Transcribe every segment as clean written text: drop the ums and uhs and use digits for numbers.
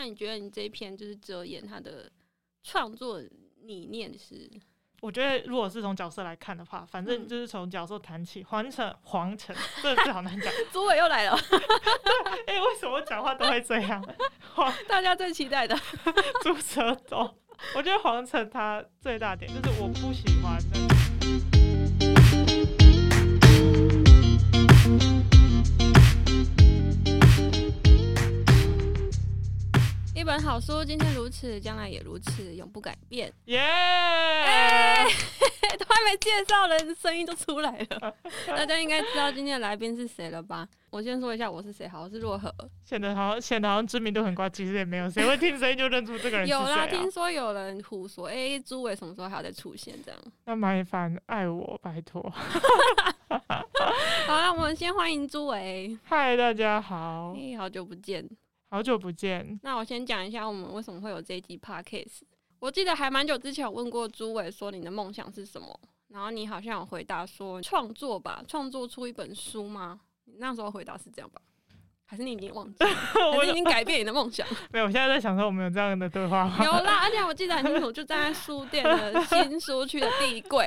那你觉得你这一篇就是遮掩他的创作理念是？ 我觉得如果是从角色来看的话，反正就是从角色谈起。黄晨，这个字好难讲。 朱伟又来了。 为什么讲话都会这样？ 大家最期待的猪舌头。我觉得黄晨他最大点就是我不喜欢一本好书，今天如此，将来也如此，永不改变。 耶！ 都还没介绍人，声音就出来了。大家应该知道今天的来宾是谁了吧？我先说一下我是谁，好，我是若何。 显得好像知名度很高，其实也没有，谁会听声音就认出这个人是谁啊？ 有啦，听说有人胡说，朱伟什么时候还要再出现这样？ 那麻烦爱我，拜托。 好，那我们先欢迎朱伟。 嗨，大家好。 好久不见。 好久不见。 那我先讲一下我们为什么会有这一集 podcast。我记得还蛮久之前有问过朱伟说你的梦想是什么，然后你好像有回答说创作吧，创作出一本书吗？你那时候回答是这样吧？还是你已经忘记了？还是已经改变你的梦想？ 没有，我现在在想说我们有这样的对话吗？ 有啦，而且我记得很清楚，就站在书店的新书区的第一柜。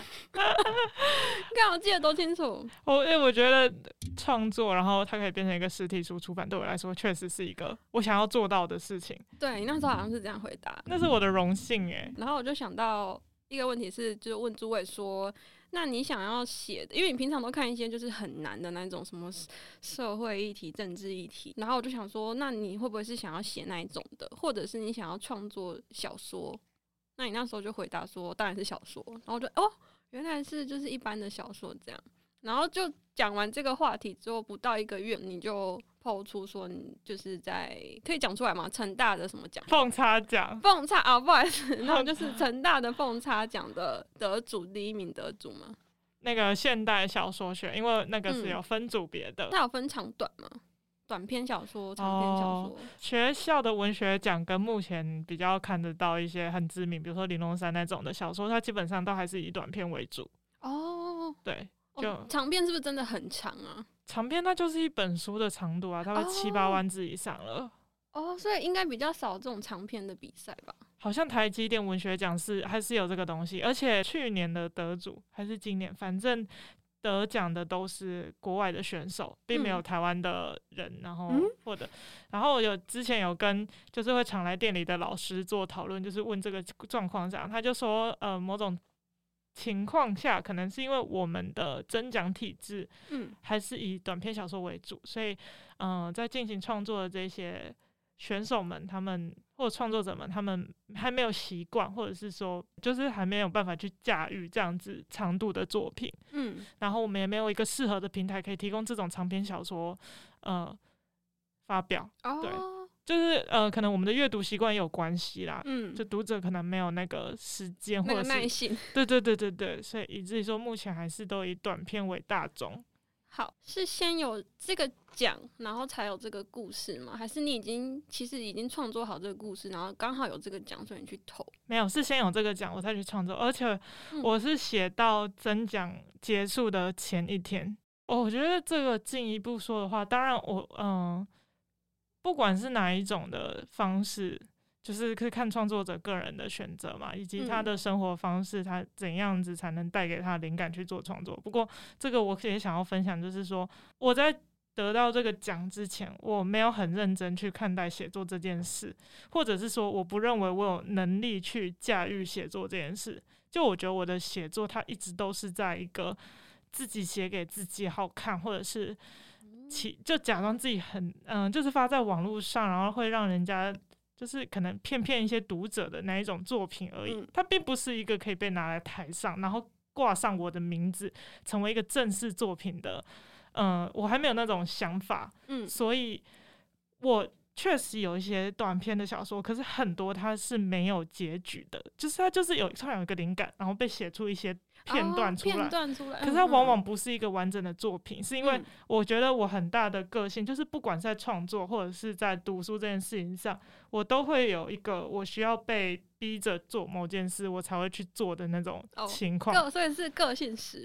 看我记得多清楚。 我觉得创作，然后它可以变成一个实体书出版，对我来说确实是一个我想要做到的事情。 对，你那时候好像是这样回答。 那是我的荣幸然后我就想到一个问题是，就是问诸位说，那你想要写的，因为你平常都看一些就是很难的那种什么社会议题、政治议题，然后我就想说，那你会不会是想要写那一种的，或者是你想要创作小说？那你那时候就回答说，当然是小说。然后我就原来是就是一般的小说这样。然后就讲完这个话题之后，不到1个月，你就抛出说你就是在可以讲出来吗？成大的什么奖？ 凤叉奖。 凤叉啊，不好意思，那就是成大的凤叉奖的得主，第1名得主吗？ 那个现代小说学，因为那个是有分组别的。 那有分长短吗？短篇小说、长篇小说。 学校的文学奖跟目前比较看得到一些很知名，比如说林龙山那种的小说，它基本上都还是以短篇为主。对。 长篇是不是真的很长啊？ 长篇它就是一本书的长度啊，它会7、8万字以上了。 所以应该比较少这种长篇的比赛吧？ 好像台积电文学奖还是有这个东西，而且去年的得主还是今年，反正得奖的都是国外的选手，并没有台湾的人。然后之前有跟就是会常来店里的老师做讨论，就是问这个状况上，他就说某种情况下，可能是因为我们的甄奖体制，还是以短篇小说为主，所以，在进行创作的这些选手们，他们或者创作者们，他们还没有习惯，或者是说，就是还没有办法去驾驭这样子长度的作品，然后我们也没有一个适合的平台可以提供这种长篇小说，发表，对。就是可能我们的阅读习惯也有关系啦，就读者可能没有那个时间或者是那个耐性， 对，所以以至于说目前还是都以短篇为大众。 好，是先有这个奖，然后才有这个故事吗？还是你其实已经创作好这个故事，然后刚好有这个奖，所以你去投？ 没有，是先有这个奖我才去创作，而且我是写到甄奖结束的前一天。我觉得这个进一步说的话，当然不管是哪一种的方式，就是可以看创作者个人的选择嘛，以及他的生活方式，他怎样子才能带给他灵感去做创作。不过这个我也想要分享，就是说我在得到这个奖之前，我没有很认真去看待写作这件事，或者是说我不认为我有能力去驾驭写作这件事。就我觉得我的写作它一直都是在一个自己写给自己好看，或者是就假装自己很就是发在网络上，然后会让人家就是可能骗一些读者的那一种作品而已。它并不是一个可以被拿来台上，然后挂上我的名字，成为一个正式作品的。我还没有那种想法。所以我确实有一些短篇的小说，可是很多它是没有结局的，就是它就是突然有一个灵感，然后被写出一些片段出来，可是它往往不是一个完整的作品，是因为我觉得我很大的个性就是不管在创作或者是在读书这件事情上，我都会有一个我需要被逼着做某件事我才会去做的那种情况。 所以是个性使然。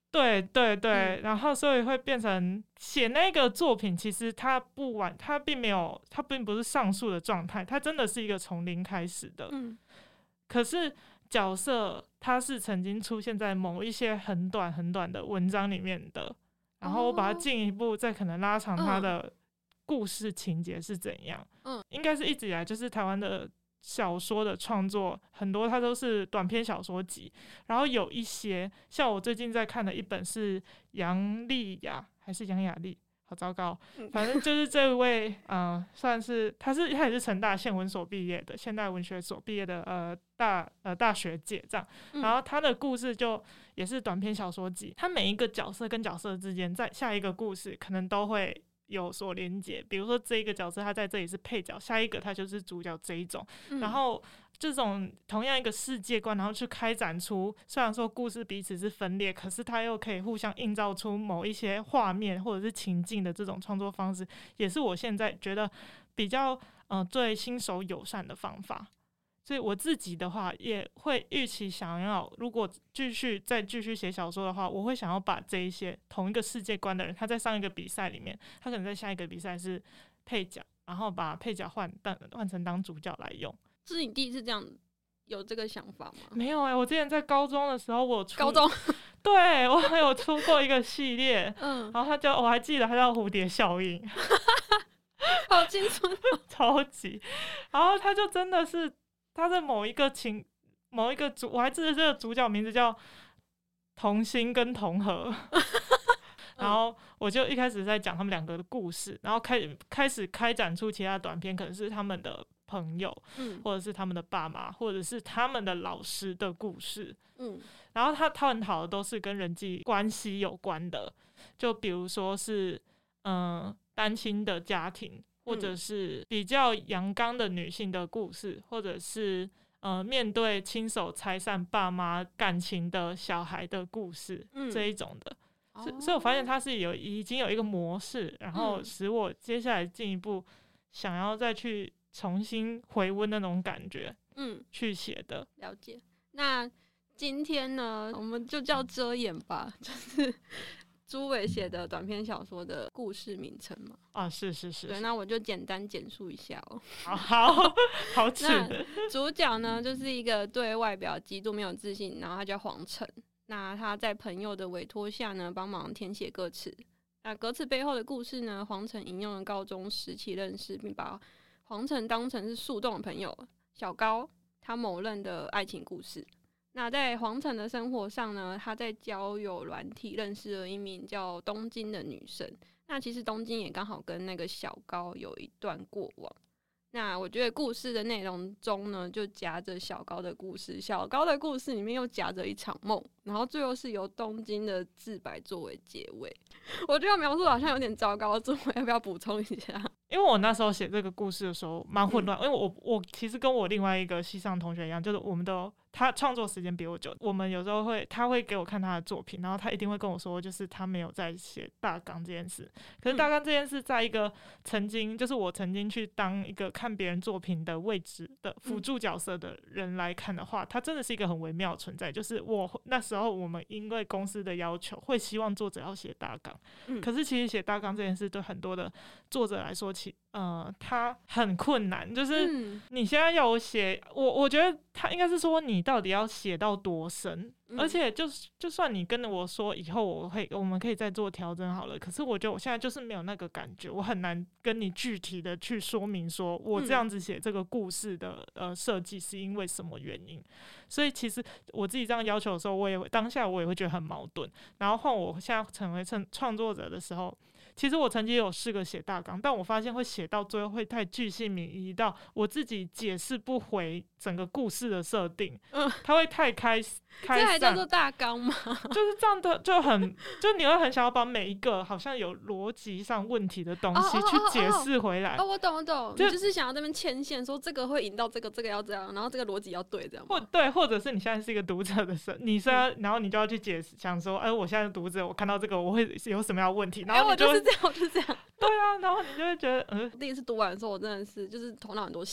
对对对，然后所以会变成写那个作品，其实它并不是上述的状态，它真的是一个从零开始的。可是角色它是曾经出现在某一些很短很短的文章里面的，然后我把它进一步再可能拉长它的故事情节是怎样。应该是一直以来就是台湾的小说的创作很多它都是短篇小说集，然后有一些像我最近在看的一本是杨丽雅还是杨雅丽，好糟糕，反正就是这位算是他也是成大现文所毕业的，现代文学所毕业的大学姐这样。然后他的故事就也是短篇小说集，他每一个角色跟角色之间在下一个故事可能都会有所连结，比如说这一个角色他在这里是配角，下一个他就是主角这一种。然后这种同样一个世界观，然后去开展出虽然说故事彼此是分裂，可是它又可以互相映照出某一些画面或者是情境的这种创作方式，也是我现在觉得比较对新手友善的方法。所以我自己的话也会预期想要，如果再继续写小说的话，我会想要把这一些同一个世界观的人，他在上一个比赛里面，他可能在下一个比赛是配角，然后把配角换成当主角来用。 这是你第一次这样有这个想法吗？ 没有我之前在高中的时候高中对，我有出过一个系列然后我还记得它叫蝴蝶效应好青春超级，然后他就真的是他在某一个我还记得这个主角名字叫童心跟童和然后我就一开始在讲他们两个的故事，然后开始开展出其他的短片，可能是他们的朋友或者是他们的爸妈或者是他们的老师的故事然后他探讨的都是跟人际关系有关的，就比如说是单亲的家庭，或者是比较阳刚的女性的故事，或者是面对亲手拆散爸妈感情的小孩的故事这一种的所以我发现它是已经有一个模式，然后使我接下来进一步想要再去重新回温那种感觉去写的。 了解。那今天呢我们就叫遮掩吧，就是朱伟写的短篇小说的故事名称嘛。 是对，那我就简单简述一下好吃。 那主角呢就是一个对外表极度没有自信，然后他叫黄晨。那他在朋友的委托下呢帮忙填写歌词。那歌词背后的故事呢，黄晨引用了高中时期认识并把黄晨当成是树洞的朋友小高他某任的爱情故事。那在黄晨的生活上呢，他在交友软体认识了一名叫东京的女生。那其实东京也刚好跟那个小高有一段过往。那我觉得故事的内容中呢，就夹着小高的故事，小高的故事里面又夹着一场梦，然后最后是由东京的自白作为结尾。我觉得描述好像有点糟糕，作为要不要补充一下？ 因为我那时候写这个故事的时候蛮混乱，因为我其实跟我另外一个系上同学一样，就是他创作时间比我久，我们有时候他会给我看他的作品，然后他一定会跟我说，就是他没有在写大纲这件事。可是大纲这件事，在一个就是我曾经去当一个看别人作品的位置的辅助角色的人来看的话，它真的是一个很微妙的存在。就是那时候我们因为公司的要求，会希望作者要写大纲，可是其实写大纲这件事对很多的作者来说，他很困难。就是你现在要我写，我觉得他应该是说你到底要写到多深，而且就算你跟我说以后我们可以再做调整好了，可是我觉得我现在就是没有那个感觉，我很难跟你具体的去说明说我这样子写这个故事的设计是因为什么原因。所以其实我自己这样要求的时候，当下我也会觉得很矛盾。然后换我现在成为创作者的时候，其实我曾经有试过写大纲，但我发现会写到最后会太巨细靡遗到我自己解释不回整个故事的设定，它会太开散。 这还叫做大纲吗？ 就是这样的，就你会很想要把每一个好像有逻辑上问题的东西去解释回来。 我懂，你就是想要在那边牵线，说这个会引到这个要这样，然后这个逻辑要对，这样吗？ 或者是你现在是一个读者的时候，然后你就要去解释，想说，我现在是读者，我看到这个我会有什么样的问题，然后我就是这样。 对啊，然后你就会觉得， 第一次读完的时候，我真的是就是头脑很多线，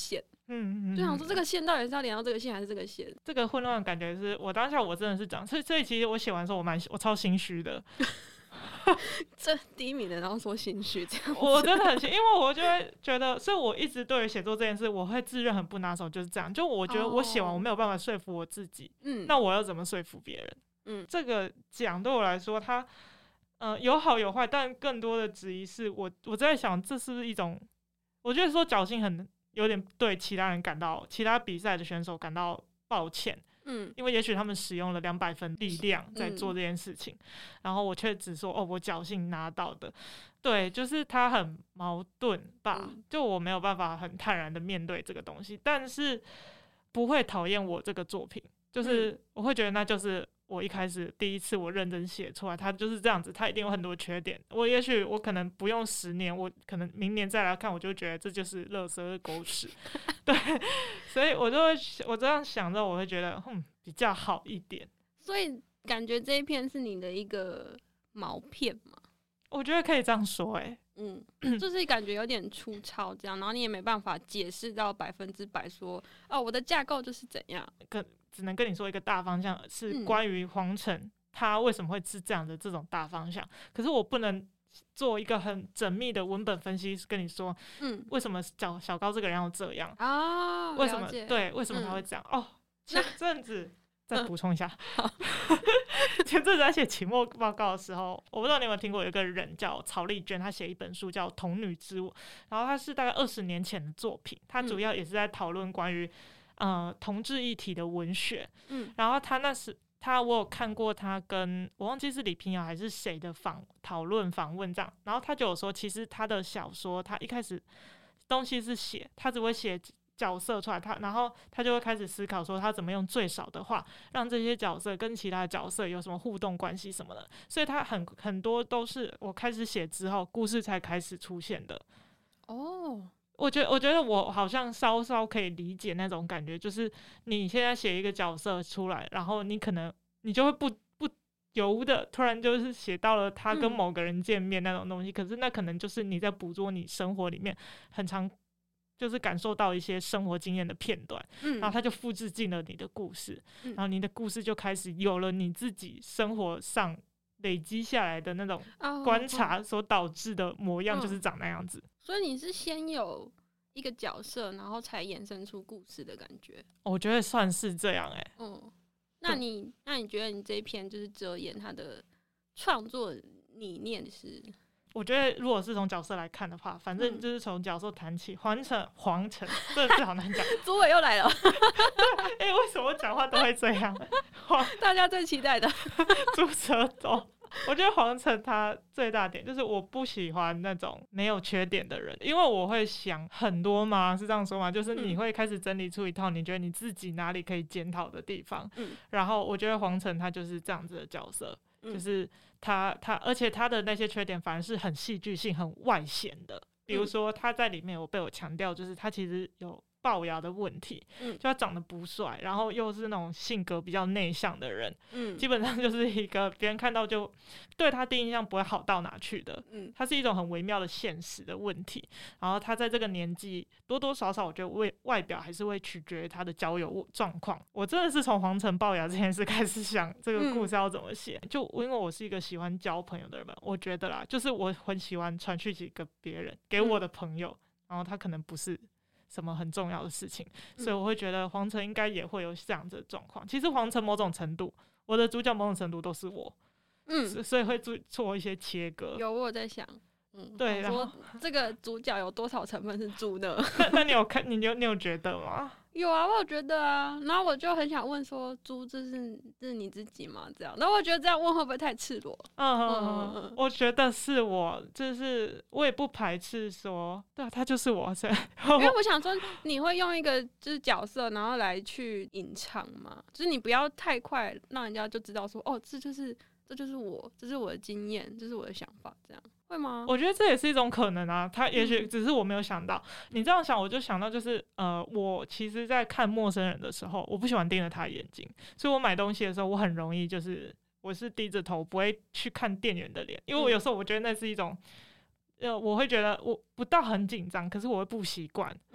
嗯， 就想说这个线到底是要连到这个线还是这个线？ 这个混乱的感觉是我当下我真的是这样，所以其实我写完的时候我超心虚的。 这第一名的，然后说心虚这样子， 我真的很因为我就会觉得，所以我一直对于写作这件事，我会自认很不拿手，就是这样。就我觉得我写完我没有办法说服我自己，那我要怎么说服别人？这个讲对我来说，它有好有坏，但更多的质疑是我在想，这是不是一种？我觉得说侥幸有点对其他比赛的选手感到抱歉。因为也许他们使用了200分力量在做这件事情，然后我却只说我侥幸拿到的，对，就是他很矛盾吧，就我没有办法很坦然的面对这个东西，但是不会讨厌我这个作品，就是我会觉得那就是我一开始第一次我认真写出来，它就是这样子，它一定有很多缺点。也许我可能不用10年，我可能明年再来看，我就觉得这就是垃圾狗屎。对，所以我这样想着，我会觉得比较好一点。 所以感觉这一篇是你的一个毛片嘛？ 我觉得可以这样说， 就是感觉有点粗糙这样，然后你也没办法解释到100%说我的架构就是怎样。 只能跟你说一个大方向，是关于黄晨他为什么会是这样的这种大方向。可是我不能做一个很缜密的文本分析，跟你说，为什么小高这个人要这样啊？为什么为什么他会这样？前阵子再补充一下，前阵子在写期末报告的时候，我不知道你有没有听过，有一个人叫曹丽娟，他写一本书叫《童女之舞》，然后他是大概20年前的作品，他主要也是在讨论关于同志议题的文学，然后我有看过他跟我忘记是李平遥还是谁的讨论访问这样，然后他就有说，其实他的小说他一开始东西是他只会写角色出来，然后他就会开始思考说他怎么用最少的话让这些角色跟其他的角色有什么互动关系什么的，所以他很多都是我开始写之后故事才开始出现的。我觉得我好像稍稍可以理解那种感觉，就是你现在写一个角色出来，然后你可能你就会不由的突然就是写到了他跟某个人见面那种东西，可是那可能就是你在捕捉你生活里面很常就是感受到一些生活经验的片段，然后他就复制进了你的故事，然后你的故事就开始有了你自己生活上累积下来的那种观察所导致的模样，就是长那样子。 所以你是先有一个角色，然后才衍生出故事的感觉？ 我觉得算是这样那你觉得你这一篇就是遮掩他的创作理念是？我觉得如果是从角色来看的话，反正就是从角色谈起。黄晨，这个字好难讲。 朱伟又来了。 为什么我讲话都会这样？ 大家最期待的朱哲东。我觉得黄晨他最大点就是我不喜欢那种没有缺点的人，因为我会想很多嘛，是这样说吗？就是你会开始整理出一套你觉得你自己哪里可以检讨的地方，然后我觉得黄晨他就是这样子的角色，就是他而且他的那些缺点反而是很戏剧性很外显的，比如说他在里面有被我强调，就是他其实有龅牙的问题，就他长得不帅，然后又是那种性格比较内向的人，基本上就是一个别人看到就对他第一印象不会好到哪去的，他是一种很微妙的现实的问题，然后他在这个年纪多多少少我觉得外表还是会取决于他的交友状况。我真的是从黄晨龅牙这件事开始想这个故事要怎么写，就因为我是一个喜欢交朋友的人，我觉得啦，就是我很喜欢传讯息给别人，给我的朋友，然后他可能不是什么很重要的事情，所以我会觉得黄晨应该也会有这样子的状况。其实黄晨某种程度，我的主角某种程度都是我，所以会做一些切割。 有我在想， 对，然后这个主角有多少成分是猪呢？ 那你有看？你有觉得吗？ 有啊，我有觉得啊。然后我就很想问说，猪这是你自己吗？这样，然后我觉得这样问会不会太赤裸？ 我觉得是我，就是我也不排斥说，对啊，他就是我。 因为我想说，你会用一个就是角色，然后来去隐藏嘛，就是你不要太快让人家就知道说，这就是我，这是我的经验，这是我的想法，这样会吗？ 我觉得这也是一种可能啊，他也许只是我没有想到。你这样想，我就想到就是我其实在看陌生人的时候，我不喜欢盯着他的眼睛，所以我买东西的时候，我很容易就是我是低着头，不会去看店员的脸，因为我有时候我觉得那是一种我会觉得我不到很紧张，可是我会不习惯，所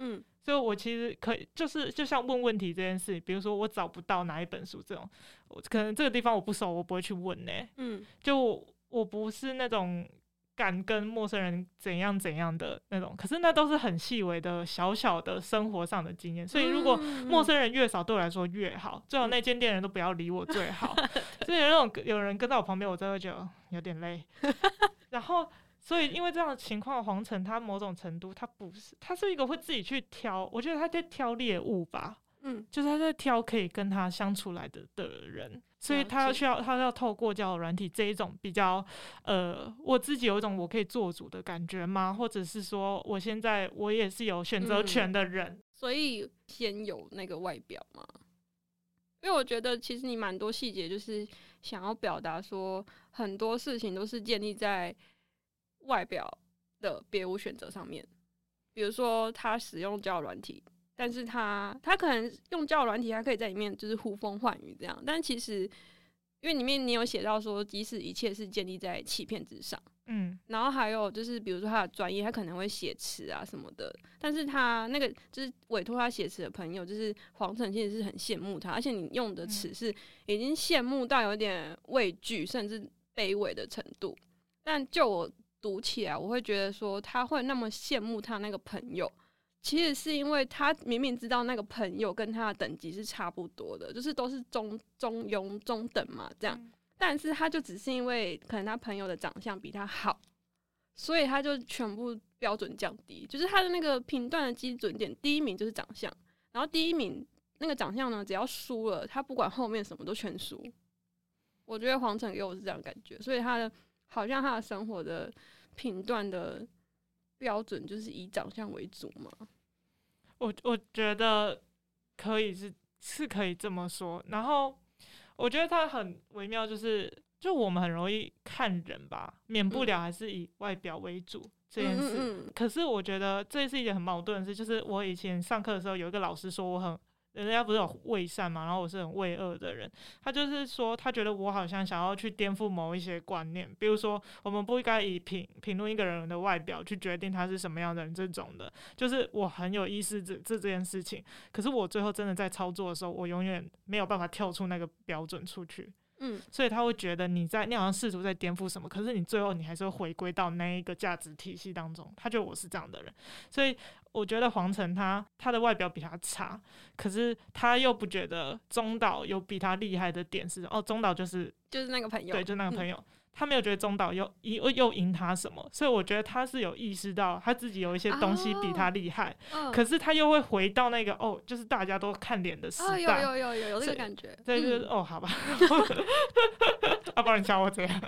所以我其实可以就像问问题这件事，比如说我找不到哪一本书这种，可能这个地方我不熟，我不会去问就我不是那种敢跟陌生人怎样怎样的那种，可是那都是很细微的小小的生活上的经验，所以如果陌生人越少对我来说越好，最好那间店人都不要理我最好所以有人跟在我旁边我真的会觉得有点累然后所以因为这样的情况，黄丞他某种程度他是一个会自己去挑，我觉得他在挑猎物吧，就是他在挑可以跟他相处来的人，所以他要透过交友软体这一种比较我自己有一种我可以做主的感觉吗？或者是说我现在我也是有选择权的人， 所以先有那个外表嘛。因为我觉得其实你蛮多细节就是想要表达说很多事情都是建立在外表的别无选择上面，比如说他使用交友软体，但是他可能用交友软体，他可以在里面就是呼风唤雨这样，但其实因为里面你有写到说，即使一切是建立在欺骗之上，然后还有就是比如说他的专业，他可能会写词啊什么的，但是他那个就是委托他写词的朋友，就是黄丞其实是很羡慕他，而且你用的词是已经羡慕到有点畏惧甚至卑微的程度，但就我读起来，我会觉得说他会那么羡慕他那个朋友，其实是因为他明明知道那个朋友跟他的等级是差不多的，就是都是中庸中等嘛这样，但是他就只是因为可能他朋友的长相比他好，所以他就全部标准降低，就是他的那个评断的基准点，第一名就是长相，然后第一名那个长相呢，只要输了，他不管后面什么都全输。我觉得黄丞给我是这样的感觉，所以好像他的生活的评断的标准就是以长相为主嘛。 我觉得可以是可以这么说，然后我觉得他很微妙，就我们很容易看人吧，免不了还是以外表为主这件事。可是我觉得这是一件很矛盾的事，就是我以前上课的时候有一个老师说人家不是有伪善嘛，然后我是很伪恶的人，他就是说他觉得我好像想要去颠覆某一些观念，比如说我们不应该以评论一个人的外表去决定他是什么样的人，这种的就是我很有意识这件事情，可是我最后真的在操作的时候，我永远没有办法跳出那个标准出去，所以他会觉得你好像试图在颠覆什么，可是你最后你还是会回归到那一个价值体系当中，他觉得我是这样的人，所以我觉得黄丞他的外表比他差，可是他又不觉得中岛有比他厉害的点是中岛就是那个朋友， 对，就是那个朋友，他没有觉得中岛又赢他什么，所以我觉得他是有意识到他自己有一些东西比他厉害，可是他又会回到那个就是大家都看脸的时代， 有这个感觉， 对，就是好吧要不然你教我这样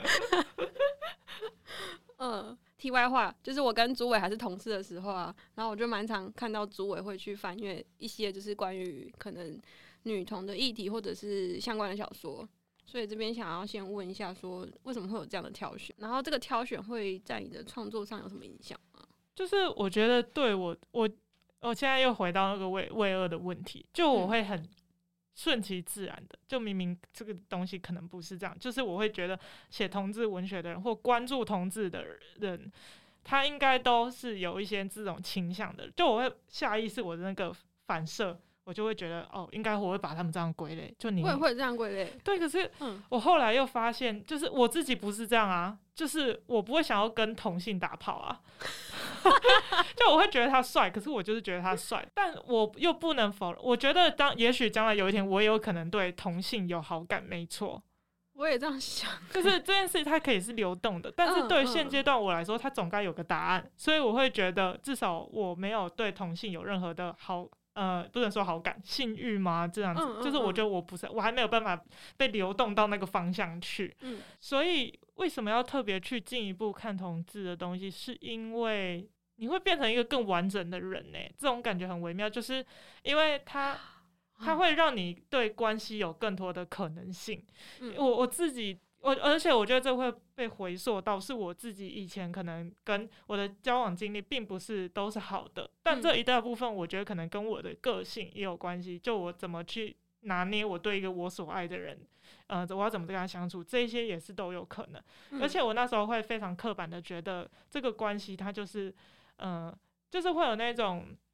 题外话，就是我跟朱伟还是同事的时候啊，然后我就蛮常看到朱伟会去翻阅一些就是关于可能女同的议题或者是相关的小说，所以这边想要先问一下说为什么会有这样的挑选，然后这个挑选会在你的创作上有什么影响吗？ 就是我觉得对我现在又回到那个伪恶的问题，就我会很顺其自然的，就明明这个东西可能不是这样，就是我会觉得写同志文学的人或关注同志的人，他应该都是有一些这种倾向的，就我会下意识我的那个反射，我就会觉得应该我会把他们这样归类，就你我也会这样归类， 对，可是我后来又发现，就是我自己不是这样啊，就是我不会想要跟同性打炮啊就我会觉得他帅，可是我就是觉得他帅，但我又不能否认，我觉得也许将来有一天我也有可能对同性有好感，没错， 我也这样想， 就是这件事它可以是流动的，但是对于现阶段我来说，它总该有个答案，所以我会觉得至少我没有对同性有任何的不能说好感，性欲吗？这样子，就是我觉得我还没有办法被流动到那个方向去。所以为什么要特别去进一步看同志的东西？是因为你会变成一个更完整的人呢，这种感觉很微妙，就是因为它会让你对关系有更多的可能性。我自己。而且我觉得这会被回溯到是我自己以前可能跟我的交往经历并不是都是好的，但这一大部分我觉得可能跟我的个性也有关系，就我怎么去拿捏我对一个我所爱的人我要怎么跟他相处，这些也是都有可能。而且我那时候会非常刻板的觉得这个关系它就是会有那种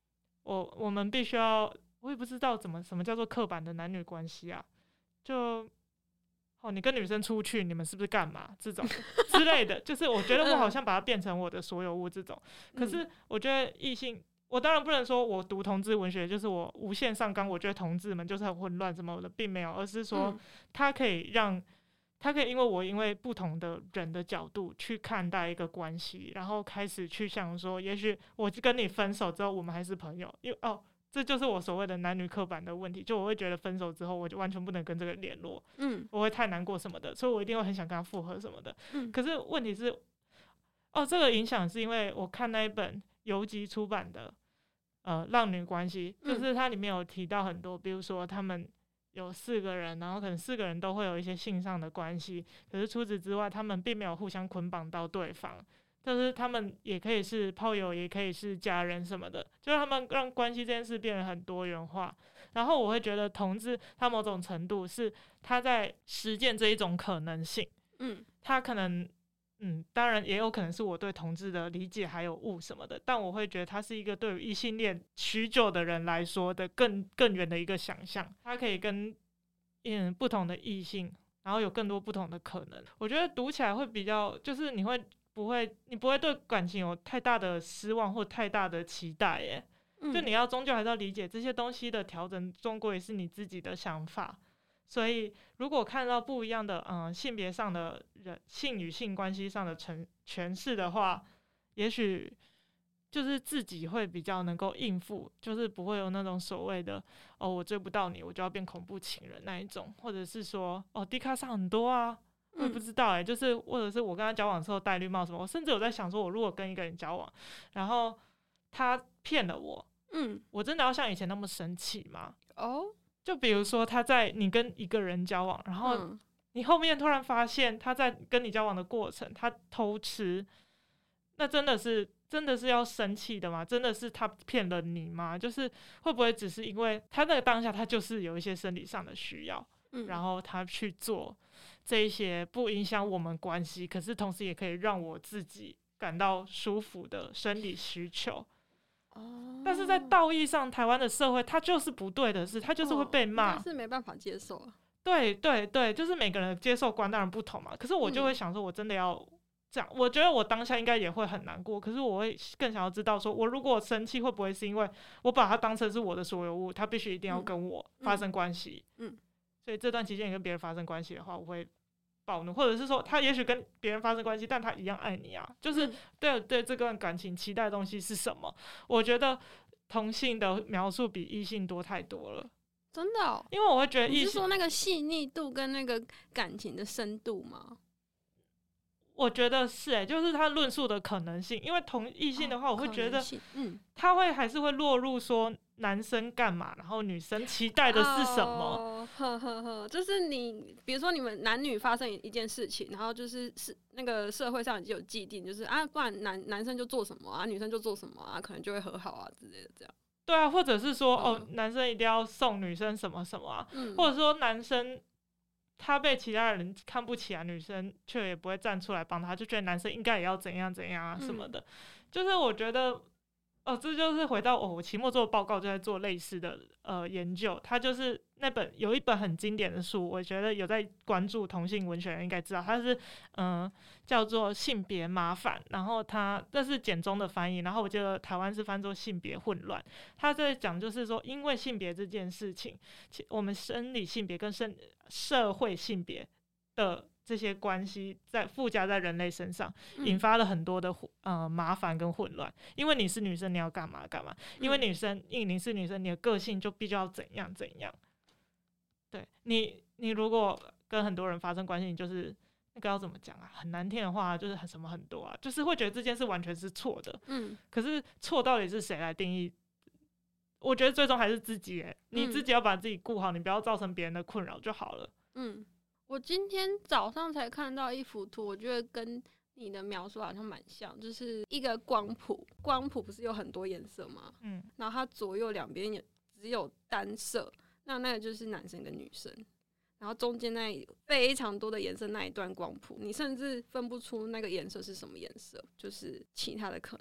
我们必须要，我也不知道什么叫做刻板的男女关系啊，就你跟女生出去，你们是不是干嘛这种之类的，就是我觉得我好像把它变成我的所有物这种。可是我觉得异性，我当然不能说我读同志文学就是我无限上纲，我觉得同志们就是很混乱什么的，并没有，而是说它可以因为不同的人的角度去看待一个关系，然后开始去想说，也许我跟你分手之后，我们还是朋友，因为这就是我所谓的男女刻板的问题，就我会觉得分手之后，我就完全不能跟这个人联络，我会太难过什么的，所以我一定会很想跟他复合什么的。可是问题是，这个影响是因为我看那一本游集出版的浪女关系，就是它里面有提到很多，比如说他们有4个人，然后可能4个人都会有一些性上的关系，可是除此之外，他们并没有互相捆绑到对方，就是他们也可以是炮友，也可以是家人什么的，就是他们让关系这件事变得很多元化。然后我会觉得同志他某种程度是他在实践这一种可能性，他可能当然也有可能是我对同志的理解还有误什么的，但我会觉得他是一个对于异性恋许久的人来说的更远的一个想象，他可以跟不同的异性，然后有更多不同的可能。我觉得读起来会比较，就是你不会对感情有太大的失望或太大的期待耶，就你要终究还是要理解这些东西的调整，终归也是你自己的想法。所以如果看到不一样的性别上的人性与性关系上的诠释的话，也许就是自己会比较能够应付，就是不会有那种所谓的我追不到你我就要变恐怖情人那一种，或者是说D 卡上很多啊，我也不知道就是或者是我跟他交往之后戴绿帽什么，我甚至有在想说，我如果跟一个人交往，然后他骗了我，我真的要像以前那么生气吗？就比如说你跟一个人交往，然后你后面突然发现他在跟你交往的过程他偷吃，那真的是要生气的吗？真的是他骗了你吗？就是会不会只是因为他那个当下他就是有一些生理上的需要，然后他去做这一些不影响我们关系，可是同时也可以让我自己感到舒服的生理需求。但是在道义上，台湾的社会它就是不对的事，它就是会被骂， 但是没办法接受啊。 对对对，就是每个人的接受观当然不同嘛。可是我就会想说，我真的要这样？我觉得我当下应该也会很难过，可是我会更想要知道说，我如果生气，会不会是因为我把它当成是我的所有物，他必须一定要跟我发生关系？所以这段期间你跟别人发生关系的话，我会暴怒，或者是说他也许跟别人发生关系，但他一样爱你啊，就是对这段感情期待的东西是什么？我觉得同性的描述比异性多太多了， 真的因为我会觉得你是说那个细腻度跟那个感情的深度吗？ 我觉得是就是他论述的可能性，因为同异性的话，我会觉得他还是会落入说男生干嘛，然后女生期待的是什么？ 就是比如说你们男女发生一件事情，然后就是那个社会上已经有既定，就是不然男生就做什么女生就做什么可能就会和好之类的这样。 对啊，或者是说男生一定要送女生什么什么或者说男生他被其他人看不起女生却也不会站出来帮他，就觉得男生应该也要怎样怎样什么的。就是我觉得这就是回到我期末做的报告就在做类似的研究，它就是有一本很经典的书，我觉得有在关注同性文学人应该知道，它是叫做性别麻烦，然后这是简中的翻译，然后我记得台湾是翻作性别混乱。他在讲就是说，因为性别这件事情，我们生理性别跟社会性别的这些关系附加在人类身上，引发了很多的麻烦跟混乱。因为你是女生，你要干嘛干嘛；因为你是女生，你的个性就必须要怎样怎样。对你如果跟很多人发生关系，你就是那个要怎么讲很难听的话，就是什么很多就是会觉得这件事完全是错的。可是错到底是谁来定义？我觉得最终还是自己你自己要把自己顾好，你不要造成别人的困扰就好了。 我今天早上才看到一幅图，我觉得跟你的描述好像蛮像，就是一个光谱不是有很多颜色吗？然后它左右两边也只有单色，那个就是男生跟女生，然后中间那非常多的颜色那一段光谱，你甚至分不出那个颜色是什么颜色，就是其他的可能。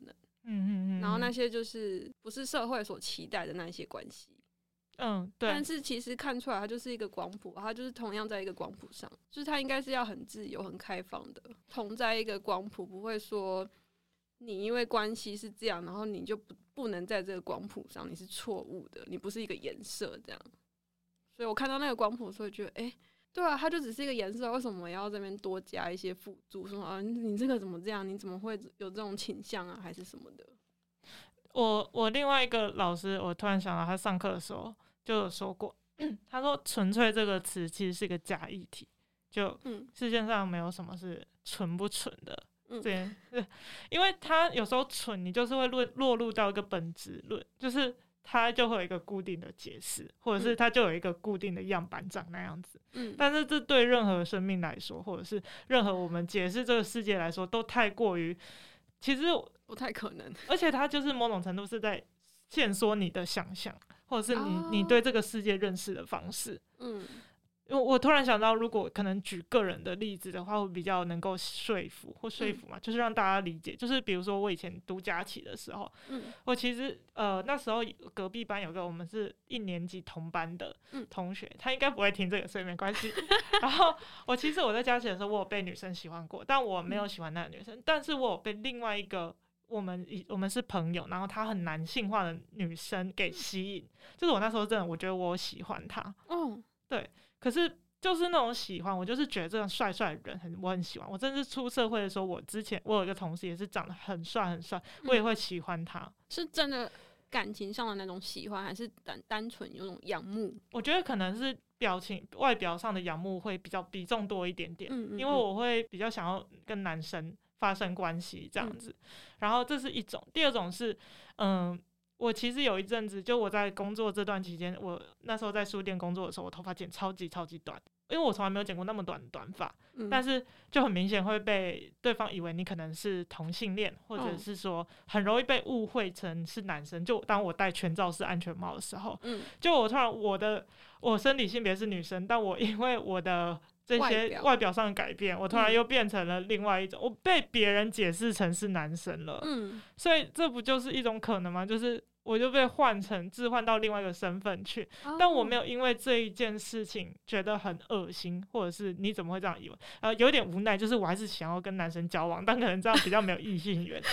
然后那些就是不是社会所期待的那些关系。 对。 但是其实看出来，它就是一个光谱，它就是同样在一个光谱上，就是它应该是要很自由、很开放的，同在一个光谱，不会说你因为关系是这样，然后你就不能在这个光谱上，你是错误的，你不是一个颜色这样。所以我看到那个光谱的时候，觉得对啊，它就只是一个颜色，为什么要这边多加一些辅助？说你这个怎么这样？你怎么会有这种倾向啊，还是什么的？ 我另外一个老师，我突然想到，他上课的时候就有说过，他说纯粹这个词其实是一个假议题，就世界上没有什么是纯不纯的。因为他有时候纯，你就是会落入到一个本质论，就是它就会有一个固定的解释，或者是它就有一个固定的样板长那样子。但是这对任何生命来说，或者是任何我们解释这个世界来说，都太过于，其实不太可能。 而且它就是某种程度是在限缩你的想象，或者是你对这个世界认识的方式。我突然想到，如果可能举个人的例子的话，会比较能够说服嘛，就是让大家理解。就是比如说我以前读假期的时候，我其实那时候隔壁班有个我们是1年级同班的同学，他应该不会听这个，所以没关系。然后其实我在假期的时候，我有被女生喜欢过，但我没有喜欢那个女生，但是我有被另外一个我们是朋友，然后她很男性化的女生给吸引。就是我那时候真的我觉得我喜欢她。对。可是就是那种喜欢，我就是觉得这种帅帅的人我很喜欢。我甚至出社会的时候，我有一个同事也是长得很帅很帅，我也会喜欢他。是真的感情上的那种喜欢，还是单纯有种仰慕？ 我觉得可能是外表上的仰慕会比较比重多一点点。因为我会比较想要跟男生发生关系这样子。然后这是一种，第二种是我其实有一阵子，就我在工作这段期间，我那时候在书店工作的时候，我头发剪超级超级短，因为我从来没有剪过那么短的短发。但是就很明显会被对方以为你可能是同性恋，或者是说很容易被误会成是男生。就当我戴全罩式安全帽的时候，就我突然我生理性别是女生，但我因为我的这些外表上的改变，我突然又变成了另外一种，我被别人解释成是男生了。所以这不就是一种可能吗？就是我就被置换到另外一个身份去。但我没有因为这一件事情觉得很恶心，或者是你怎么会这样以为？有点无奈，就是我还是想要跟男生交往，但可能这样比较没有异性缘。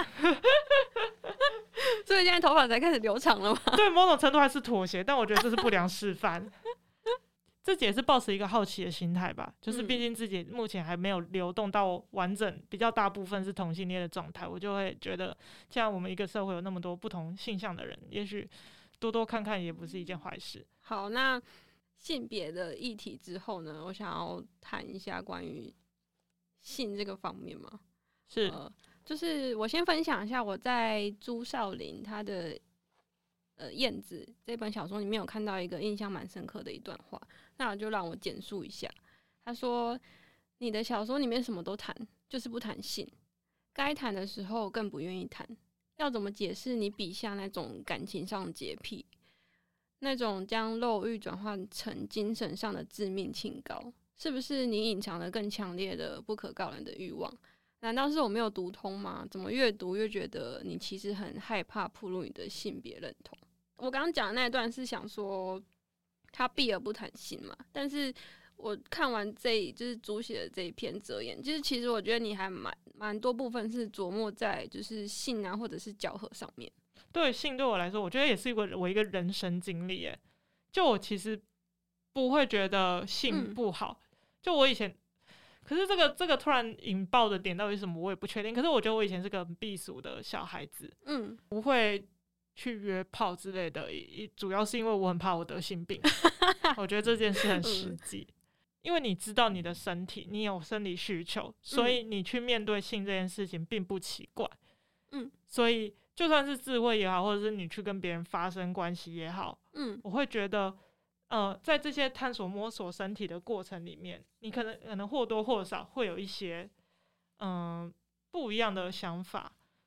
所以现在头发才开始留长了吗？ 对，某种程度还是妥协，但我觉得这是不良示范。自己也是抱持一个好奇的心态吧，就是毕竟自己目前还没有流动到完整比较大部分是同性恋的状态，我就会觉得既然我们一个社会有那么多不同性向的人，也许多多看看也不是一件坏事。 好，那性别的议题之后呢，我想要谈一下关于性这个方面嘛。 是就是我先分享一下我在朱少林他的燕子这本小说里面有看到一个印象蛮深刻的一段话，那就让我简述一下。他说，你的小说里面什么都谈，就是不谈性，该谈的时候更不愿意谈。要怎么解释你笔下那种感情上的洁癖，那种将肉欲转换成精神上的致命清高？是不是你隐藏了更强烈的不可告人的欲望？难道是我没有读通吗？怎么越读越觉得你其实很害怕暴露你的性别认同？我刚刚讲的那一段是想说他避而不谈性嘛，但是我看完就是主写的这一篇哲言，就是其实我觉得你还蛮多部分是琢磨在就是性啊或者是交合上面。 对，性对我来说，我觉得也是我一个人生经历耶。就我其实不会觉得性不好，就我以前，可是这个突然引爆的点到底是什么，我也不确定。可是我觉得我以前是个很避俗的小孩子，不会去约炮之类的，主要是因为我很怕我得性病。我觉得这件事很实际，因为你知道你的身体，你有生理需求，所以你去面对性这件事情并不奇怪。所以就算是自慰也好，或者是你去跟别人发生关系也好，我会觉得在这些探索摸索身体的过程里面，你可能或多或少会有一些不一样的想法。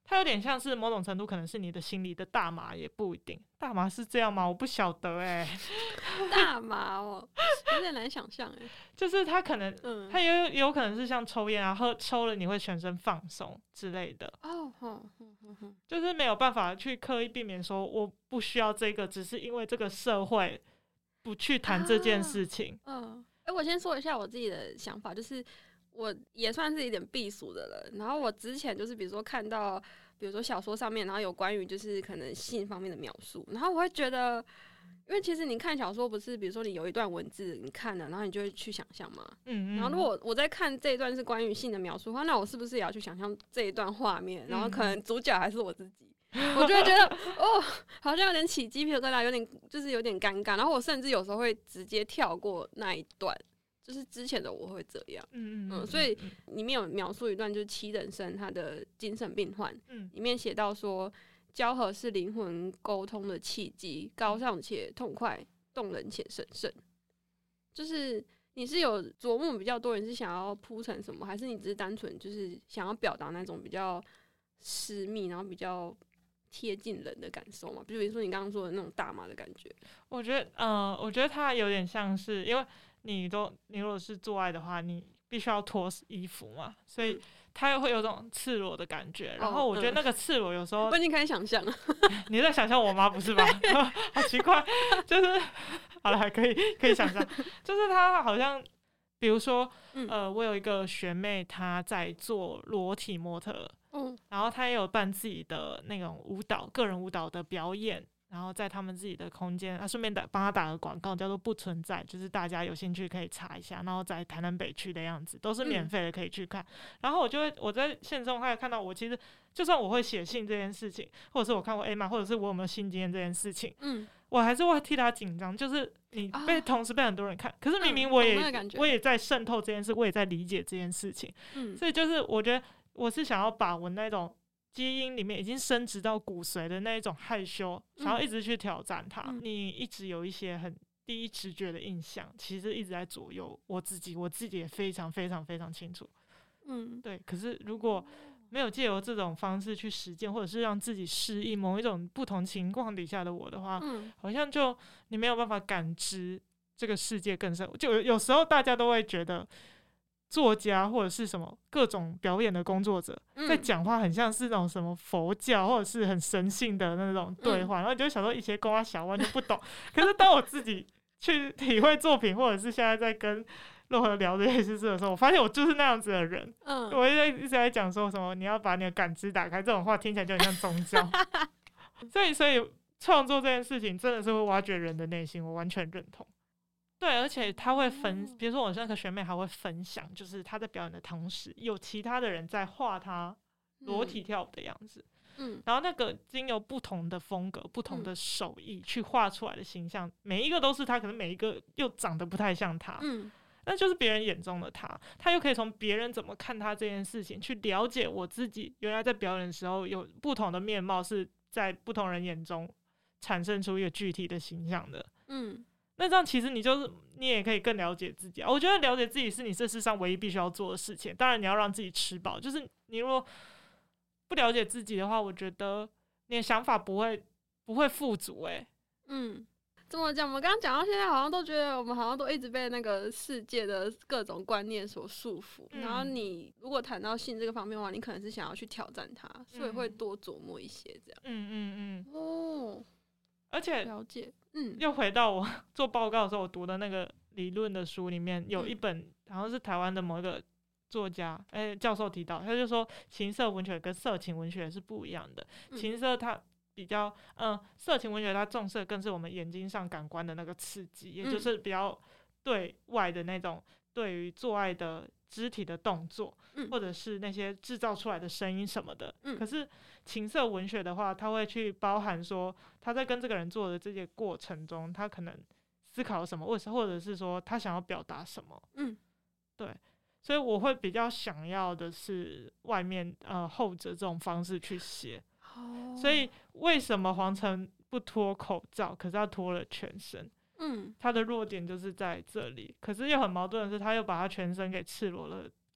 它有点像是某种程度可能是你的心里的大麻，也不一定。大麻是这样吗？我不晓得大麻哦，有点难想象就是它可能，它也有可能是像抽烟啊，抽了你会全身放松之类的。就是没有办法去刻意避免说我不需要这个，只是因为这个社会不去谈这件事情。 我先说一下我自己的想法，就是我也算是一点避俗的人。然后我之前就是比如说看到，比如说小说上面，然后有关于就是可能性方面的描述，然后我会觉得，因为其实你看小说不是，比如说你有一段文字你看了，然后你就会去想象嘛。然后如果我在看这一段是关于性的描述的话，那我是不是也要去想象这一段画面？然后可能主角还是我自己。我就会觉得好像有点起鸡皮疙瘩，有点尴尬。然后我甚至有时候会直接跳过那一段，就是之前的我会这样。所以里面有描述一段，就是七人生他的精神病患，里面写到说，交合是灵魂沟通的契机，高尚且痛快，动人且神圣。就是你是有琢磨比较多人是想要铺成什么，还是你只是单纯就是想要表达那种比较私密，然后比较贴近人的感受嘛？比如说你刚刚说的那种大麻的感觉。 我觉得它有点像是，因为你如果是做爱的话，你必须要脱衣服嘛，所以它会有种赤裸的感觉。然后我觉得那个赤裸有时候， 我已经开始想象了。 你在想象我吗？不是吧？好奇怪，就是好了，可以想象，就是它好像，比如说，我有一个学妹，她在做裸体模特。然后他也有办自己的那种个人舞蹈的表演，然后在他们自己的空间，顺便帮他打个广告，叫做不存在，就是大家有兴趣可以查一下，然后在台南北区的样子，都是免费的，可以去看。然后我在线中看到，我其实就算我会写信这件事情，或者是我看过 A 嘛，或者是我有没有性经验这件事情，我还是会替他紧张，就是你同时被很多人看，可是明明我也在渗透这件事，我也在理解这件事情，所以就是我觉得我是想要把我那种基因里面已经深植到骨髓的那一种害羞，想要一直去挑战它。你一直有一些很第一直觉的印象，其实一直在左右我自己也非常非常非常清楚。对。可是如果没有借由这种方式去实践，或者是让自己适应某一种不同情况底下的我的话，好像就你没有办法感知这个世界更深。就有时候大家都会觉得作家或者是什么各种表演的工作者在讲话很像是那种什么佛教或者是很神性的那种对话，然后你就想说一些公啊小完全不懂。可是当我自己去体会作品，或者是现在在跟洛河聊这些事的时候，我发现我就是那样子的人。我一直在讲说什么你要把你的感知打开，这种话听起来就很像宗教。所以创作这件事情真的是会挖掘人的内心，我完全认同。对，而且他会比如说我那个学妹还会分享，就是他在表演的同时，有其他的人在画他裸体跳舞的样子。然后那个经由不同的风格、不同的手艺去画出来的形象，每一个都是他，可能每一个又长得不太像他。那就是别人眼中的他又可以从别人怎么看他这件事情，去了解我自己原来在表演的时候有不同的面貌，是在不同人眼中产生出一个具体的形象的。那这样其实你也可以更了解自己啊。我觉得了解自己是你这世上唯一必须要做的事情。当然你要让自己吃饱，就是你如果不了解自己的话，我觉得你的想法不会富足。 怎么讲？我们刚刚讲到现在，好像都觉得我们好像都一直被那个世界的各种观念所束缚。然后你如果谈到性这个方面的话，你可能是想要去挑战它，所以会多琢磨一些这样。 而且了解。 又回到我做报告的时候，我读的那个理论的书里面有一本，好像是台湾的某一个作家教授提到，他就说情色文学跟色情文学是不一样的。情色它比较色情文学它重视更是我们眼睛上感官的那个刺激，也就是比较对外的那种对于做爱的肢体的动作，或者是那些制造出来的声音什么的。可是情色文学的话，它会去包含说他在跟这个人做的这些过程中，他可能思考什么，或者是说他想要表达什么。对，所以我会比较想要的是外面后者这种方式去写。所以为什么黄晨不脱口罩，可是他脱了全身？他的弱点就是在这里。可是又很矛盾的是，他又把他全身给赤裸了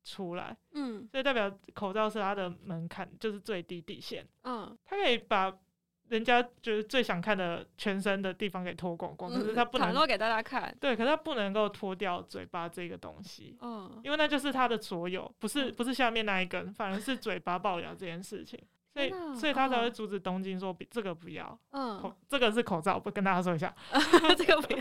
出来，所以代表口罩是他的门槛，就是最低底线。他可以把人家觉得最想看的全身的地方给脱光光，可是他不能袒露给大家看。 对，可是他不能够脱掉嘴巴这个东西，因为那就是他的所有，不是下面那一根，反而是嘴巴龅牙这件事情。所以他才会阻止东京说这个不要，这个是口罩，不跟大家说一下， 这个不要。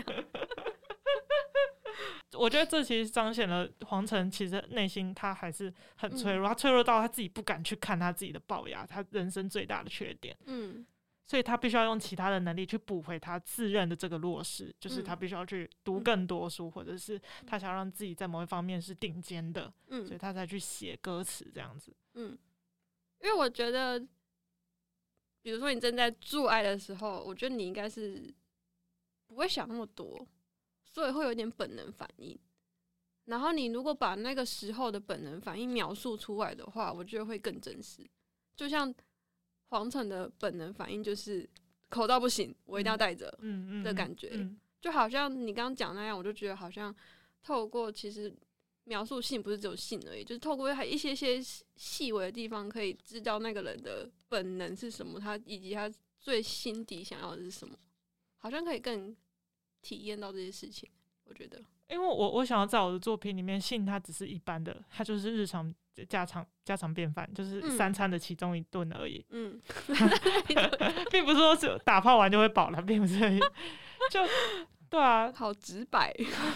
我觉得这其实彰显了黄晨其实内心他还是很脆弱，他脆弱到他自己不敢去看他自己的龅牙，他人生最大的缺点。所以他必须要用其他的能力去补回他自认的这个弱势，就是他必须要去读更多书，或者是他想让自己在某一方面是顶尖的，所以他才去写歌词这样子。 因为我觉得，比如说你正在做爱的时候，我觉得你应该是不会想那么多，所以会有点本能反应。然后你如果把那个时候的本能反应描述出来的话，我觉得会更真实。就像黄晨的本能反应就是口罩不行，我一定要戴着的感觉，就好像你刚刚讲那样，我就觉得好像透过其实描述性不是只有性而已，就是透过一些细微的地方，可以知道那个人的本能是什么，他以及他最心底想要的是什么，好像可以更体验到这些事情。我觉得， 因为我想要在我的作品里面，性它只是一般的，它就是日常家常便饭，就是3餐的其中一顿而已。并不是说只打炮完就会饱了，并不是而已。就对啊， 好直白。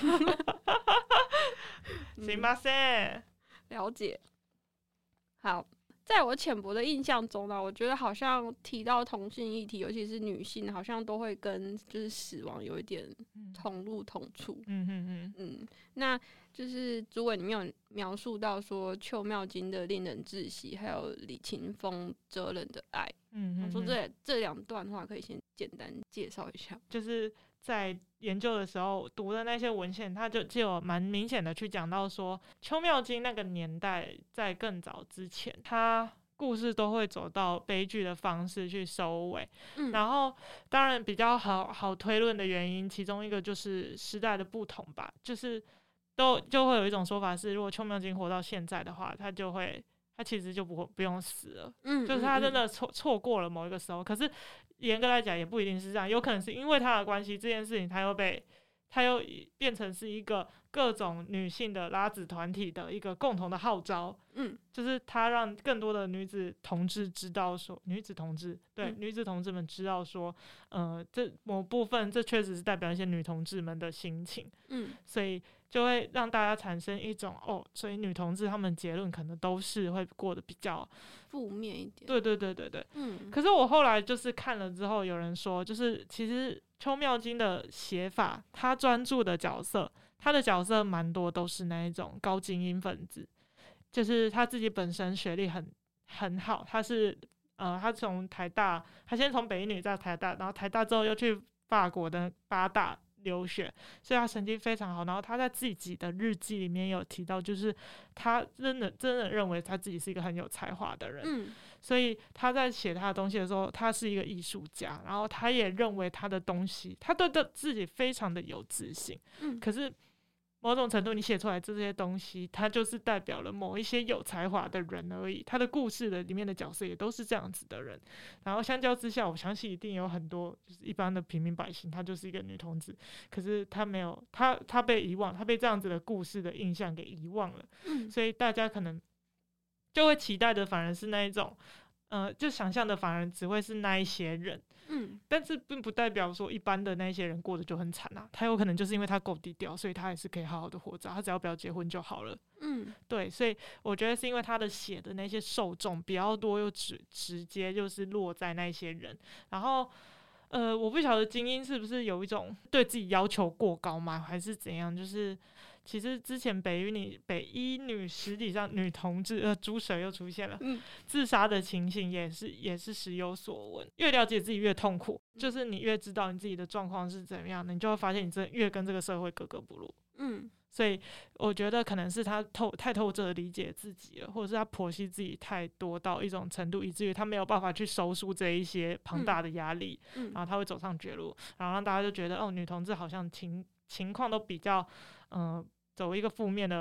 行吧，先了解。好，在我浅薄的印象中呢，我觉得好像提到同性议题，尤其是女性，好像都会跟就是死亡有一点同路同处。那就是主委里面有描述到说邱妙津的令人窒息，还有李勤峰哲人的爱。我说这2段话可以先简单介绍一下， 就是在研究的时候读的那些文献，他就有蛮明显的去讲到说，邱妙津那个年代在更早之前，他故事都会走到悲剧的方式去收尾。然后当然比较好推论的原因，其中一个就是时代的不同吧，就是就会有一种说法是，如果邱妙津活到现在的话，他其实就不用死了，就是他真的错过了某一个时候。可是严格来讲也不一定是这样，有可能是因为他的关系，这件事情他又变成是一个各种女性的拉子团体的一个共同的号召。就是他让更多的女子同志知道说，女子同志们知道说，这某部分这确实是代表一些女同志们的心情。所以就会让大家产生一种所以女同志她们结论可能都是会过得比较负面一点。 对。可是我后来就是看了之后，有人说，就是其实邱妙津的写法，他专注的角色，他的角色蛮多都是那一种高精英分子，就是他自己本身学历很好，他从台大，他先从北一女在台大，然后台大之后又去法国的8大留学，所以他成绩非常好。然后他在自己的日记里面有提到，就是他真的认为他自己是一个很有才华的人。所以他在写他的东西的时候，他是一个艺术家，然后他也认为他的东西，他对自己非常的有自信。可是某种程度你写出来这些东西，它就是代表了某一些有才华的人而已，他的故事的里面的角色也都是这样子的人。然后相较之下，我相信一定有很多就是一般的平民百姓，她就是一个女同志，可是她没有，她被遗忘，她被这样子的故事的印象给遗忘了。所以大家可能就会期待的反而是那一种就想象的反而只会是那一些人。但是并不代表说一般的那些人过得就很惨啊，他有可能就是因为他够低调，所以他也是可以好好的活着，他只要不要结婚就好了。对，所以我觉得是因为他的写的那些受众比较多，又直接就是落在那些人。然后我不晓得精英是不是有一种对自己要求过高吗，还是怎样，就是其实之前北一女实体上女同志猪蛇又出现了，自杀的情形也是时有所闻。越了解自己越痛苦，就是你越知道你自己的状况是怎么样的，你就会发现你真的越跟这个社会格格不入。所以我觉得可能是他太透彻的理解自己了，或者是他剖析自己太多到一种程度，以至于他没有办法去收束这一些庞大的压力，然后他会走上绝路，然后让大家就觉得女同志好像情况都比较走一个负面的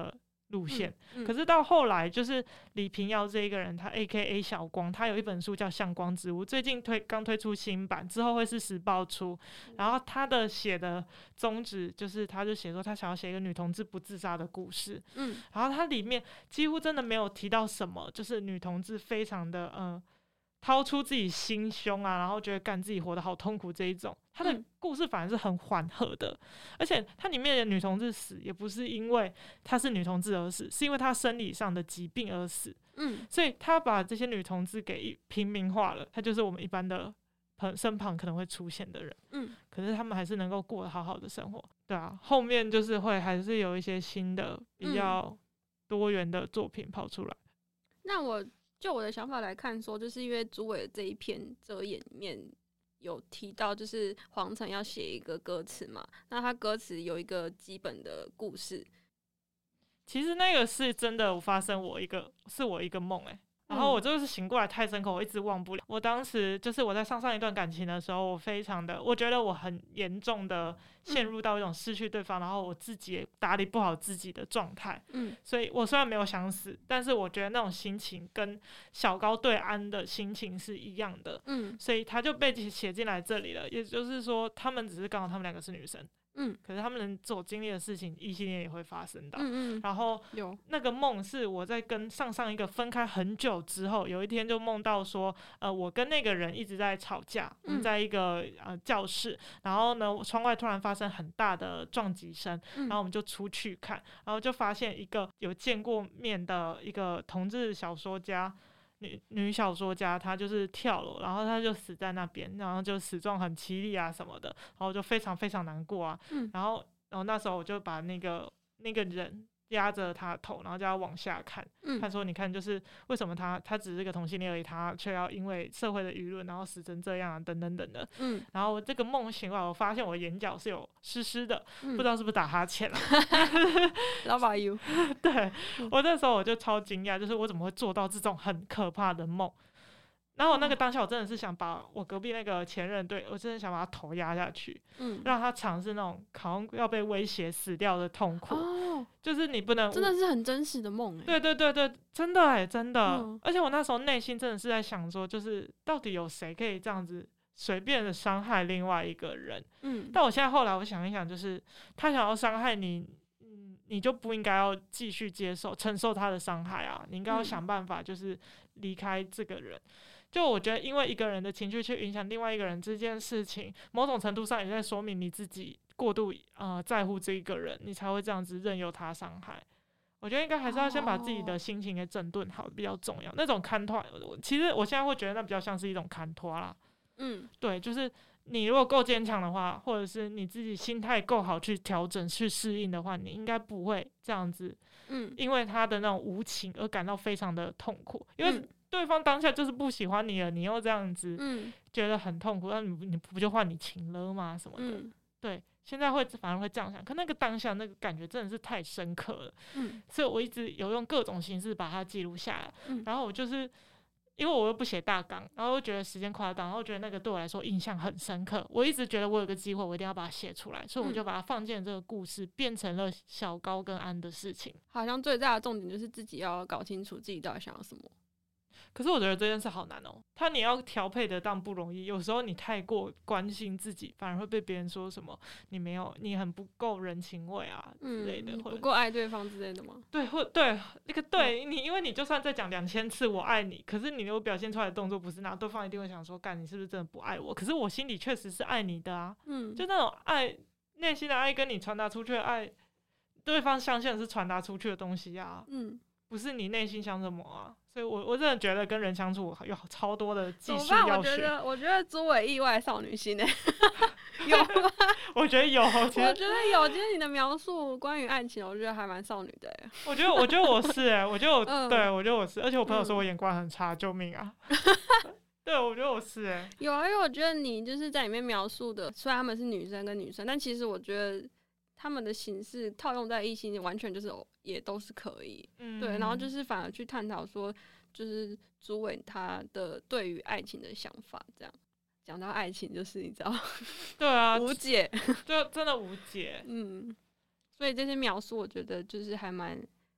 路线。可是到后来就是李平遥这一个人，他 AKA 小光，他有一本书叫《向光之物》，最近刚推出新版，之后会是时报出。然后他的写的宗旨就是，他就写说他想要写一个女同志不自杀的故事。然后他里面几乎真的没有提到什么，就是女同志非常的掏出自己心胸啊，然后觉得干自己活得好痛苦这一种，他的故事反而是很缓和的。而且他里面的女同志死也不是因为她是女同志而死，是因为她生理上的疾病而死。所以他把这些女同志给平民化了，她就是我们一般的身旁可能会出现的人。可是他们还是能够过得好好的生活。对啊，后面就是还是有一些新的比较多元的作品跑出来。 那就我的想法来看说，就是因为朱伟这一篇遮掩里面有提到，就是黄晨要写一个歌词嘛，那他歌词有一个基本的故事。 其实那个是真的发生我一个梦然后我就是醒过来太深刻，我一直忘不了。我当时就是我在上一段感情的时候，我觉得我很严重的陷入到一种失去对方，然后我自己也打理不好自己的状态。所以我虽然没有想死，但是我觉得那种心情跟小高对安的心情是一样的。所以他就被写进来这里了。也就是说，他们只是刚好他们两个是女生。可是他们能所经历的事情，异性恋也会发生的。然后那个梦是我在跟上一个分开很久之后，有一天就梦到说，我跟那个人一直在吵架，我们在一个教室，然后呢，窗外突然发生很大的撞击声，然后我们就出去看，然后就发现一个有见过面的一个同志小说家。女小说家，她就是跳楼，然后她就死在那边，然后就死状很凄厉啊什么的，然后就非常非常难过啊。然后那时候我就把那个人压着他的头，然后叫他往下看，他说你看就是为什么他只是个同性恋而已，他却要因为社会的舆论然后死成这样啊，等等等的。然后这个梦醒来，我发现我眼角是有湿湿的，不知道是不是打哈欠了。 老把 you 对，我那时候我就超惊讶，就是我怎么会做到这种很可怕的梦。然后我那个当下，我真的是想把我隔壁那个前任，我真的想把他头压下去，让他尝试那种好像要被威胁死掉的痛苦。就是你不能， 真的是很真实的梦对对对对，真的真的。而且我那时候内心真的是在想说，就是到底有谁可以这样子随便的伤害另外一个人？但我现在后来我想一想，就是他想要伤害你，你就不应该要继续承受他的伤害啊！你应该要想办法，就是离开这个人。就我觉得，因为一个人的情绪去影响另外一个人这件事情，某种程度上也在说明你自己过度在乎这一个人，你才会这样子任由他伤害。我觉得应该还是要先把自己的心情给整顿好，比较重要。那种看拖，其实我现在会觉得那比较像是一种看拖啦。对，就是你如果够坚强的话，或者是你自己心态够好去调整、去适应的话，你应该不会这样子。因为他的那种无情而感到非常的痛苦，因为对方当下就是不喜欢你了，你又这样子觉得很痛苦，那你不就换你情了吗？什么的。对，现在反而会这样想，可那个当下那个感觉真的是太深刻了。所以我一直有用各种形式把它记录下来。然后我就是因为我又不写大纲，然后又觉得时间快到，然后觉得那个对我来说印象很深刻，我一直觉得我有个机会我一定要把它写出来，所以我就把它放进这个故事，变成了小高跟安的事情。 好像最大的重点就是自己要搞清楚自己到底想要什么。 可是我觉得这件事好难哦，你要调配得当不容易，有时候你太过关心自己，反而会被别人说什么你很不够人情味啊之类的， 不够爱对方之类的吗？ 对，你因为你就算再讲2000次我爱你，可是你如果表现出来的动作不是那样，对方一定会想说干你是不是真的不爱我？可是我心里确实是爱你的啊。就那种爱，内心的爱跟你传达出去的爱，对方相信的是传达出去的东西啊。不是你内心想什么啊。所以我真的觉得跟人相处有超多的技术要学。 我觉得朱伟意外少女心有吗？ 我觉得有， 我觉得有。今天你的描述关于爱情，我觉得还蛮少女的我觉得我是我觉得我是，而且我朋友说我眼光很差，救命啊！对，我觉得我是有啊，因为我觉得你就是在里面描述的，虽然他们是女生跟女生，但其实我觉得他们的形式套用在异性完全就是也都是可以。对，然后就是反而去探讨说，就是朱伟他的对于爱情的想法，这样讲到爱情就是你知道， 对啊， 无解， 就真的无解。 所以这些描述我觉得就是还蛮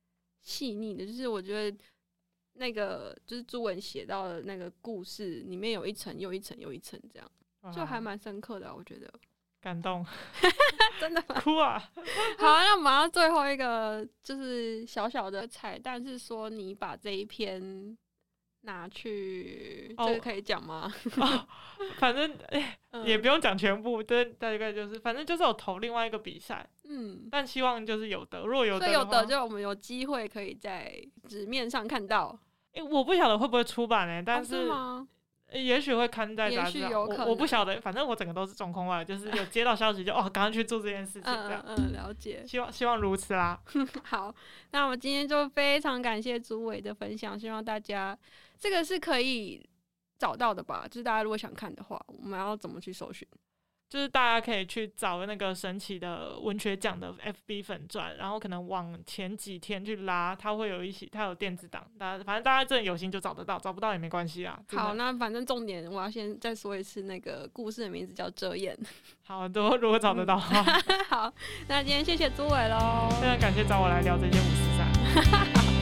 细腻的，就是我觉得那个就是朱文写到的那个故事里面有一层又一层又一层这样，就还蛮深刻的我觉得。 感动， 真的吗？ 哭啊！ 好啊，那我们要最后一个就是小小的彩蛋，是说你把这一篇拿去，这个可以讲吗？ 反正也不用讲全部，对，大概就是反正就是有投另外一个比赛，但希望就是有得，如果有得的话， 所以有得就我们有机会可以在纸面上看到。 我不晓得会不会出版但是吗？ 也许会刊在杂志上，我不晓得，反正我整个都是中空外，就是有接到消息就赶快去做这件事情，这样。 了解。 希望如此啦。 好，那我们今天就非常感谢朱伟的分享，希望大家这个是可以找到的吧？就是大家如果想看的话，我们要怎么去搜寻？ 就是大家可以去找那个神奇的文学奖的 FB 粉专，然后可能往前几天去拉，它会有它有电子档，反正大家真的有心就找得到，找不到也没关系啊。 好，那反正重点我要先再说一次，那个故事的名字叫《遮掩》。 好，如果找得到的话。 好，那今天谢谢朱伟喽， 非常感谢找我来聊这些543。